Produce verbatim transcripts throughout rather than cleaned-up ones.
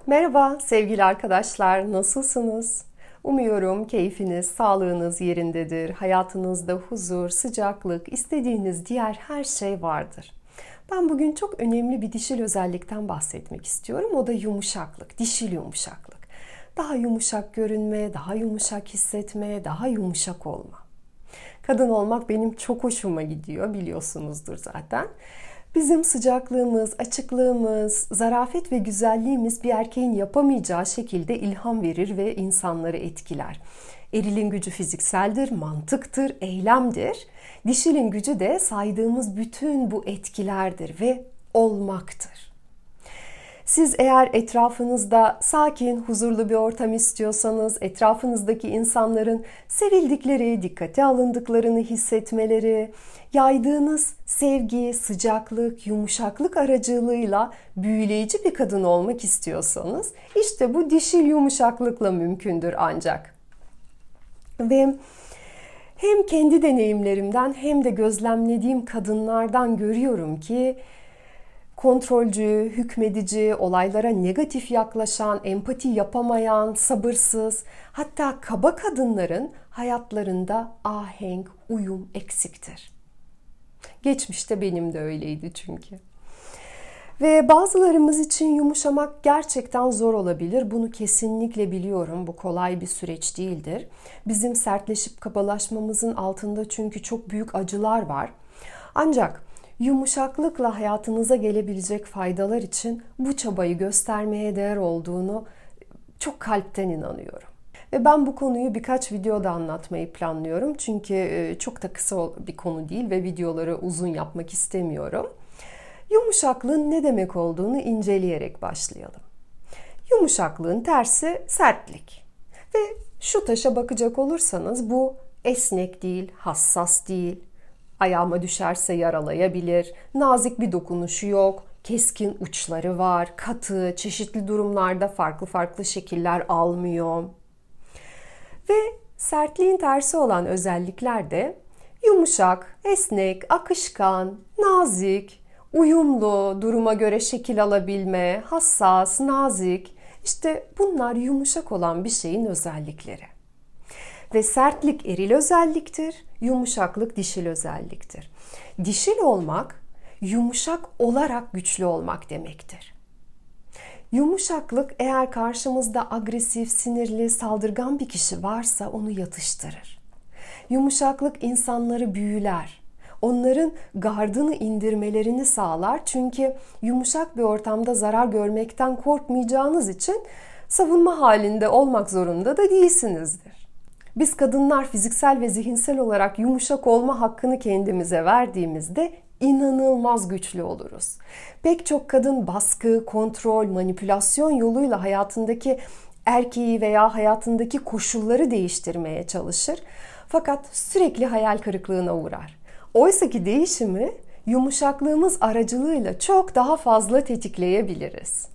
Merhaba sevgili arkadaşlar, nasılsınız? Umuyorum keyfiniz, sağlığınız yerindedir. Hayatınızda huzur, sıcaklık, istediğiniz diğer her şey vardır. Ben bugün çok önemli bir dişil özellikten bahsetmek istiyorum. O da yumuşaklık, dişil yumuşaklık. Daha yumuşak görünme, daha yumuşak hissetme, daha yumuşak olma. Kadın olmak benim çok hoşuma gidiyor, biliyorsunuzdur zaten. Bizim sıcaklığımız, açıklığımız, zarafet ve güzelliğimiz bir erkeğin yapamayacağı şekilde ilham verir ve insanları etkiler. Erilin gücü fizikseldir, mantıktır, eylemdir. Dişilin gücü de saydığımız bütün bu etkilerdir ve olmaktır. Siz eğer etrafınızda sakin, huzurlu bir ortam istiyorsanız, etrafınızdaki insanların sevildikleri, dikkate alındıklarını hissetmeleri, yaydığınız sevgi, sıcaklık, yumuşaklık aracılığıyla büyüleyici bir kadın olmak istiyorsanız, işte bu dişil yumuşaklıkla mümkündür ancak. Ve hem kendi deneyimlerimden hem de gözlemlediğim kadınlardan görüyorum ki, kontrolcü, hükmedici, olaylara negatif yaklaşan, empati yapamayan, sabırsız, hatta kaba kadınların hayatlarında ahenk, uyum eksiktir. Geçmişte benim de öyleydi çünkü. Ve bazılarımız için yumuşamak gerçekten zor olabilir. Bunu kesinlikle biliyorum. Bu kolay bir süreç değildir. Bizim sertleşip kabalaşmamızın altında çünkü çok büyük acılar var. Ancak yumuşaklıkla hayatınıza gelebilecek faydalar için bu çabayı göstermeye değer olduğunu çok kalpten inanıyorum. Ve ben bu konuyu birkaç videoda anlatmayı planlıyorum. Çünkü çok da kısa bir konu değil ve videoları uzun yapmak istemiyorum. Yumuşaklığın ne demek olduğunu inceleyerek başlayalım. Yumuşaklığın tersi sertlik. Ve şu taşa bakacak olursanız bu esnek değil, hassas değil. Ayağıma düşerse yaralayabilir, nazik bir dokunuşu yok, keskin uçları var, katı, çeşitli durumlarda farklı farklı şekiller almıyor. Ve sertliğin tersi olan özellikler de yumuşak, esnek, akışkan, nazik, uyumlu, duruma göre şekil alabilme, hassas, nazik. İşte bunlar yumuşak olan bir şeyin özellikleri. Ve sertlik eril özelliktir, yumuşaklık dişil özelliktir. Dişil olmak, yumuşak olarak güçlü olmak demektir. Yumuşaklık eğer karşımızda agresif, sinirli, saldırgan bir kişi varsa onu yatıştırır. Yumuşaklık insanları büyüler. Onların gardını indirmelerini sağlar. Çünkü yumuşak bir ortamda zarar görmekten korkmayacağınız için savunma halinde olmak zorunda da değilsinizdir. Biz kadınlar fiziksel ve zihinsel olarak yumuşak olma hakkını kendimize verdiğimizde inanılmaz güçlü oluruz. Pek çok kadın baskı, kontrol, manipülasyon yoluyla hayatındaki erkeği veya hayatındaki koşulları değiştirmeye çalışır. Fakat sürekli hayal kırıklığına uğrar. Oysaki değişimi yumuşaklığımız aracılığıyla çok daha fazla tetikleyebiliriz.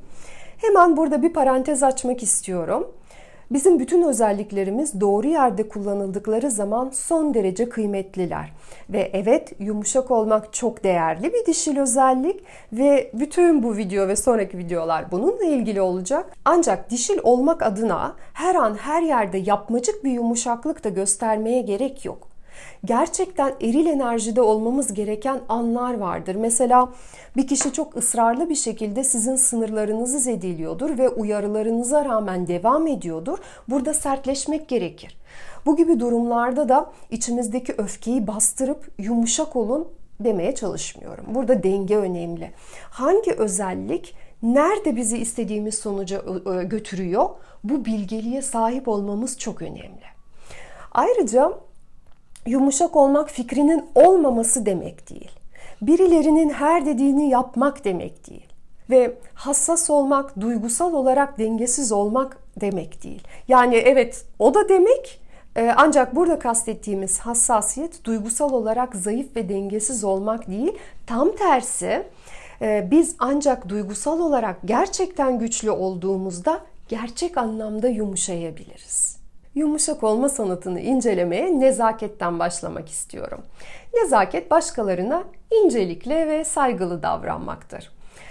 Hemen burada bir parantez açmak istiyorum. Bizim bütün özelliklerimiz doğru yerde kullanıldıkları zaman son derece kıymetliler. Ve evet, yumuşak olmak çok değerli bir dişil özellik ve bütün bu video ve sonraki videolar bununla ilgili olacak. Ancak dişil olmak adına her an her yerde yapmacık bir yumuşaklık da göstermeye gerek yok. Gerçekten eril enerjide olmamız gereken anlar vardır. Mesela bir kişi çok ısrarlı bir şekilde sizin sınırlarınızı zedeliyordur ve uyarılarınıza rağmen devam ediyordur. Burada sertleşmek gerekir. Bu gibi durumlarda da içimizdeki öfkeyi bastırıp yumuşak olun demeye çalışmıyorum. Burada denge önemli. Hangi özellik nerede bizi istediğimiz sonuca götürüyor? Bu bilgeliğe sahip olmamız çok önemli. Ayrıca yumuşak olmak fikrinin olmaması demek değil. Birilerinin her dediğini yapmak demek değil. Ve hassas olmak, duygusal olarak dengesiz olmak demek değil. Yani evet, o da demek, ancak burada kastettiğimiz hassasiyet duygusal olarak zayıf ve dengesiz olmak değil. Tam tersi, biz ancak duygusal olarak gerçekten güçlü olduğumuzda gerçek anlamda yumuşayabiliriz. Yumuşak olma sanatını incelemeye nezaketten başlamak istiyorum. Nezaket başkalarına incelikle ve saygılı davranmaktır.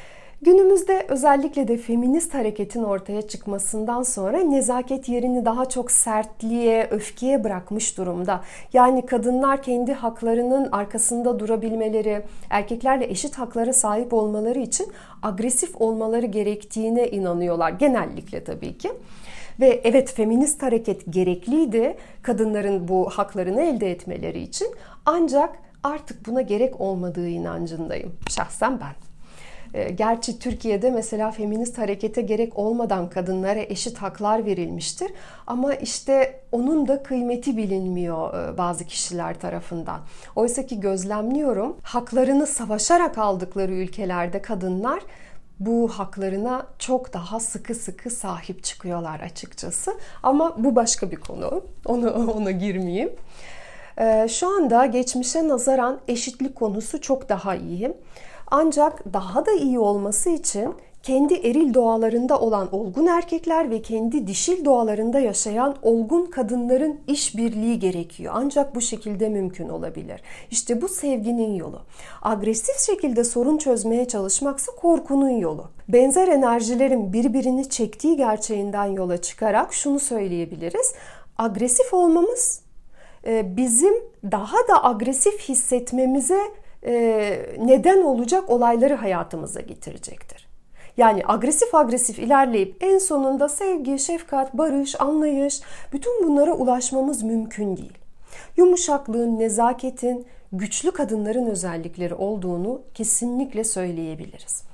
Günümüzde özellikle de feminist hareketin ortaya çıkmasından sonra nezaket yerini daha çok sertliğe, öfkeye bırakmış durumda. Yani kadınlar kendi haklarının arkasında durabilmeleri, erkeklerle eşit haklara sahip olmaları için agresif olmaları gerektiğine inanıyorlar. Genellikle tabii ki. Ve evet, feminist hareket gerekliydi kadınların bu haklarını elde etmeleri için. Ancak artık buna gerek olmadığı inancındayım. Şahsen ben. Gerçi Türkiye'de mesela feminist harekete gerek olmadan kadınlara eşit haklar verilmiştir. Ama işte onun da kıymeti bilinmiyor bazı kişiler tarafından. Oysa ki gözlemliyorum, haklarını savaşarak aldıkları ülkelerde kadınlar bu haklarına çok daha sıkı sıkı sahip çıkıyorlar açıkçası. Ama bu başka bir konu. Onu, ona girmeyeyim. Şu anda geçmişe nazaran eşitlik konusu çok daha iyi. Ancak daha da iyi olması için kendi eril doğalarında olan olgun erkekler ve kendi dişil doğalarında yaşayan olgun kadınların işbirliği gerekiyor. Ancak bu şekilde mümkün olabilir. İşte bu sevginin yolu. Agresif şekilde sorun çözmeye çalışmaksa korkunun yolu. Benzer enerjilerin birbirini çektiği gerçeğinden yola çıkarak şunu söyleyebiliriz. Agresif olmamız bizim daha da agresif hissetmemize neden olacak olayları hayatımıza getirecektir. Yani agresif agresif ilerleyip en sonunda sevgi, şefkat, barış, anlayış, bütün bunlara ulaşmamız mümkün değil. Yumuşaklığın, nezaketin, güçlü kadınların özellikleri olduğunu kesinlikle söyleyebiliriz.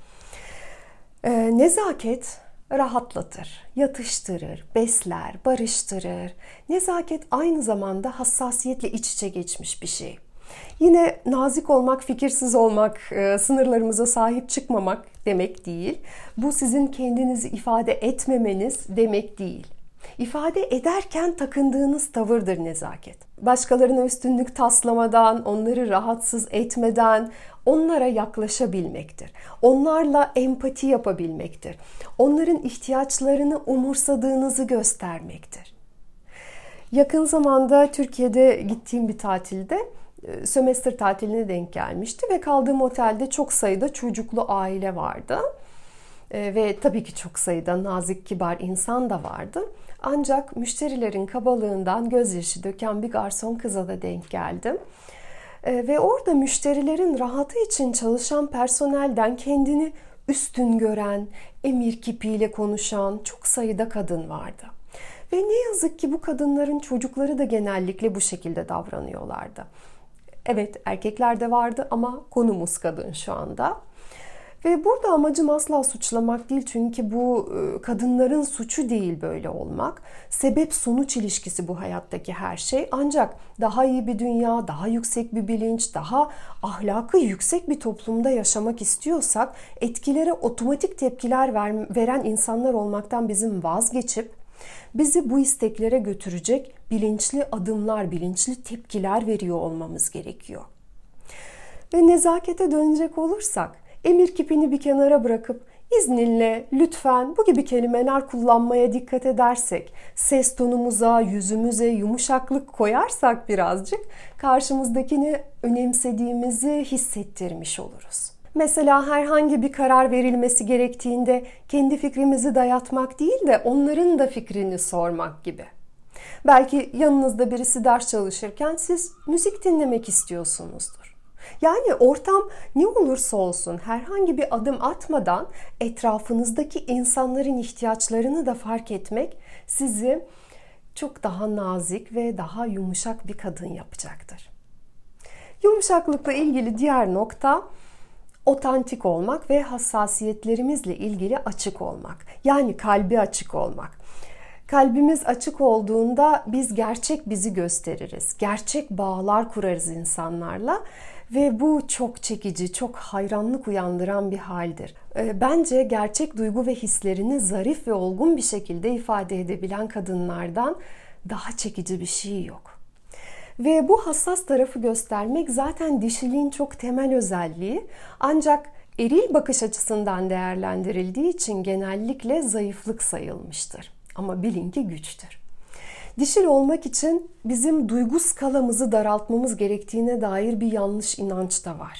Ee, nezaket rahatlatır, yatıştırır, besler, barıştırır. Nezaket aynı zamanda hassasiyetle iç içe geçmiş bir şey. Yine nazik olmak, fikirsiz olmak, sınırlarımıza sahip çıkmamak demek değil. Bu sizin kendinizi ifade etmemeniz demek değil. İfade ederken takındığınız tavırdır nezaket. Başkalarına üstünlük taslamadan, onları rahatsız etmeden onlara yaklaşabilmektir. Onlarla empati yapabilmektir. Onların ihtiyaçlarını umursadığınızı göstermektir. Yakın zamanda Türkiye'de gittiğim bir tatilde sömestr tatiline denk gelmişti ve kaldığım otelde çok sayıda çocuklu aile vardı. Ve tabii ki çok sayıda nazik, kibar insan da vardı. Ancak müşterilerin kabalığından gözyaşı döken bir garson kıza da denk geldim. Ve orada müşterilerin rahatı için çalışan personelden kendini üstün gören, emir kipiyle konuşan çok sayıda kadın vardı. Ve ne yazık ki bu kadınların çocukları da genellikle bu şekilde davranıyorlardı. Evet, erkekler de vardı ama konumuz kadın şu anda. Ve burada amacım asla suçlamak değil, çünkü bu kadınların suçu değil böyle olmak. Sebep-sonuç ilişkisi bu hayattaki her şey. Ancak daha iyi bir dünya, daha yüksek bir bilinç, daha ahlakı yüksek bir toplumda yaşamak istiyorsak etkilere otomatik tepkiler veren insanlar olmaktan bizim vazgeçip bizi bu isteklere götürecek bilinçli adımlar, bilinçli tepkiler veriyor olmamız gerekiyor. Ve nezakete dönecek olursak, emir kipini bir kenara bırakıp izninle, lütfen bu gibi kelimeler kullanmaya dikkat edersek, ses tonumuza, yüzümüze yumuşaklık koyarsak birazcık karşımızdakini önemsediğimizi hissettirmiş oluruz. Mesela herhangi bir karar verilmesi gerektiğinde kendi fikrimizi dayatmak değil de onların da fikrini sormak gibi. Belki yanınızda birisi ders çalışırken siz müzik dinlemek istiyorsunuzdur. Yani ortam ne olursa olsun herhangi bir adım atmadan etrafınızdaki insanların ihtiyaçlarını da fark etmek sizi çok daha nazik ve daha yumuşak bir kadın yapacaktır. Yumuşaklıkla ilgili diğer nokta otantik olmak ve hassasiyetlerimizle ilgili açık olmak. Yani kalbi açık olmak. Kalbimiz açık olduğunda biz gerçek bizi gösteririz. Gerçek bağlar kurarız insanlarla ve bu çok çekici, çok hayranlık uyandıran bir haldir. Bence gerçek duygu ve hislerini zarif ve olgun bir şekilde ifade edebilen kadınlardan daha çekici bir şey yok. Ve bu hassas tarafı göstermek zaten dişiliğin çok temel özelliği. Ancak eril bakış açısından değerlendirildiği için genellikle zayıflık sayılmıştır. Ama bilin ki güçtür. Dişil olmak için bizim duygu skalamızı daraltmamız gerektiğine dair bir yanlış inanç da var.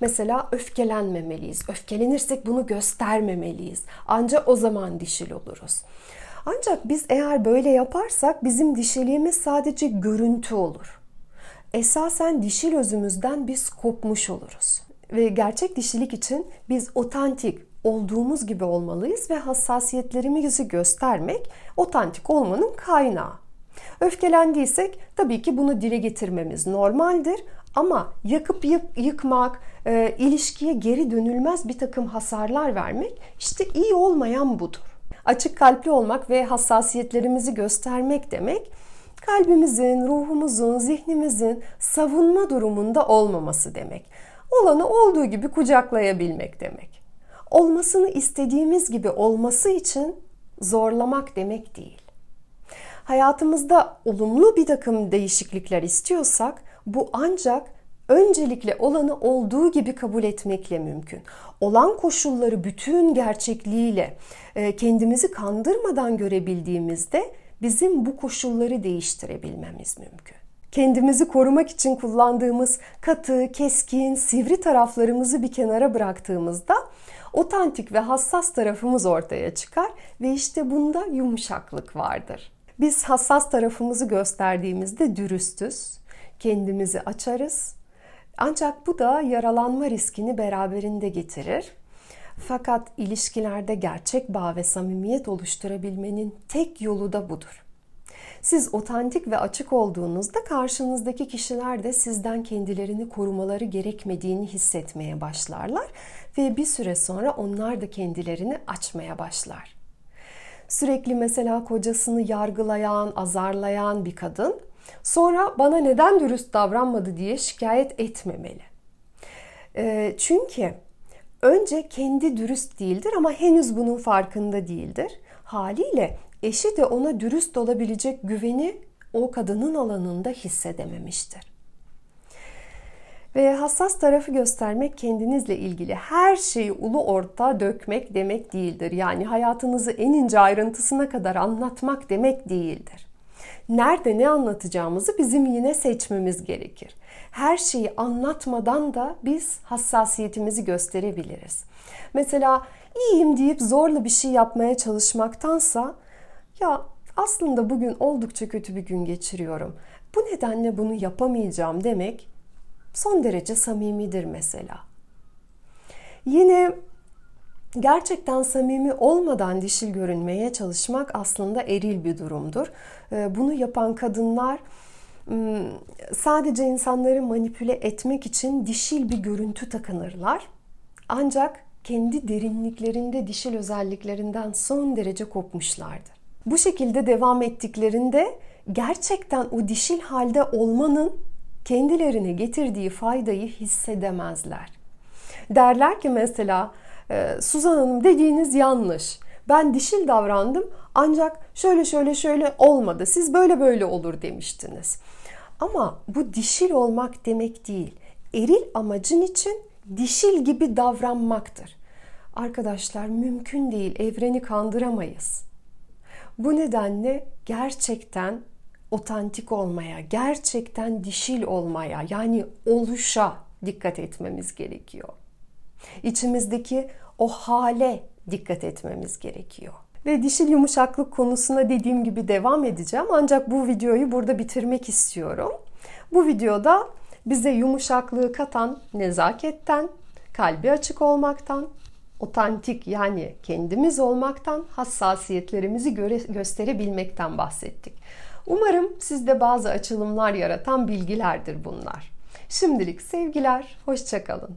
Mesela öfkelenmemeliyiz. Öfkelenirsek bunu göstermemeliyiz. Ancak o zaman dişil oluruz. Ancak biz eğer böyle yaparsak bizim dişiliğimiz sadece görüntü olur. Esasen dişil özümüzden biz kopmuş oluruz. Ve gerçek dişilik için biz otantik, olduğumuz gibi olmalıyız ve hassasiyetlerimizi göstermek otantik olmanın kaynağı. Öfkelendiysek tabii ki bunu dile getirmemiz normaldir ama yakıp yıkmak, e, ilişkiye geri dönülmez bir takım hasarlar vermek işte iyi olmayan budur. Açık kalpli olmak ve hassasiyetlerimizi göstermek demek, kalbimizin, ruhumuzun, zihnimizin savunma durumunda olmaması demek. Olanı olduğu gibi kucaklayabilmek demek. Olmasını istediğimiz gibi olması için zorlamak demek değil. Hayatımızda olumlu bir takım değişiklikler istiyorsak bu ancak öncelikle olanı olduğu gibi kabul etmekle mümkün. Olan koşulları bütün gerçekliğiyle kendimizi kandırmadan görebildiğimizde bizim bu koşulları değiştirebilmemiz mümkün. Kendimizi korumak için kullandığımız katı, keskin, sivri taraflarımızı bir kenara bıraktığımızda otantik ve hassas tarafımız ortaya çıkar ve işte bunda yumuşaklık vardır. Biz hassas tarafımızı gösterdiğimizde dürüstüz, kendimizi açarız. Ancak bu da yaralanma riskini beraberinde getirir. Fakat ilişkilerde gerçek bağ ve samimiyet oluşturabilmenin tek yolu da budur. Siz otantik ve açık olduğunuzda karşınızdaki kişiler de sizden kendilerini korumaları gerekmediğini hissetmeye başlarlar ve bir süre sonra onlar da kendilerini açmaya başlar. Sürekli mesela kocasını yargılayan, azarlayan bir kadın sonra bana neden dürüst davranmadı diye şikayet etmemeli. E, çünkü önce kendi dürüst değildir ama henüz bunun farkında değildir. Haliyle eşi de ona dürüst olabilecek güveni o kadının alanında hissedememiştir. Ve hassas tarafı göstermek kendinizle ilgili her şeyi ulu orta dökmek demek değildir. Yani hayatınızı en ince ayrıntısına kadar anlatmak demek değildir. Nerede ne anlatacağımızı bizim yine seçmemiz gerekir. Her şeyi anlatmadan da biz hassasiyetimizi gösterebiliriz. Mesela iyiyim deyip zorla bir şey yapmaya çalışmaktansa ya aslında bugün oldukça kötü bir gün geçiriyorum. Bu nedenle bunu yapamayacağım demek son derece samimidir mesela. Yine gerçekten samimi olmadan dişil görünmeye çalışmak aslında eril bir durumdur. Bunu yapan kadınlar sadece insanları manipüle etmek için dişil bir görüntü takınırlar. Ancak kendi derinliklerinde dişil özelliklerinden son derece kopmuşlardır. Bu şekilde devam ettiklerinde gerçekten o dişil halde olmanın kendilerine getirdiği faydayı hissedemezler. Derler ki mesela Suzan Hanım dediğiniz yanlış. Ben dişil davrandım ancak şöyle şöyle şöyle olmadı. Siz böyle böyle olur demiştiniz. Ama bu dişil olmak demek değil. Eril amacın için dişil gibi davranmaktır. Arkadaşlar mümkün değil. Evreni kandıramayız. Bu nedenle gerçekten otantik olmaya, gerçekten dişil olmaya, yani oluşa dikkat etmemiz gerekiyor. İçimizdeki o hale dikkat etmemiz gerekiyor. Ve dişil yumuşaklık konusuna dediğim gibi devam edeceğim. Ancak bu videoyu burada bitirmek istiyorum. Bu videoda bize yumuşaklığı katan nezaketten, kalbi açık olmaktan, otantik yani kendimiz olmaktan, hassasiyetlerimizi göre- gösterebilmekten bahsettik. Umarım sizde bazı açılımlar yaratan bilgilerdir bunlar. Şimdilik sevgiler, hoşça kalın.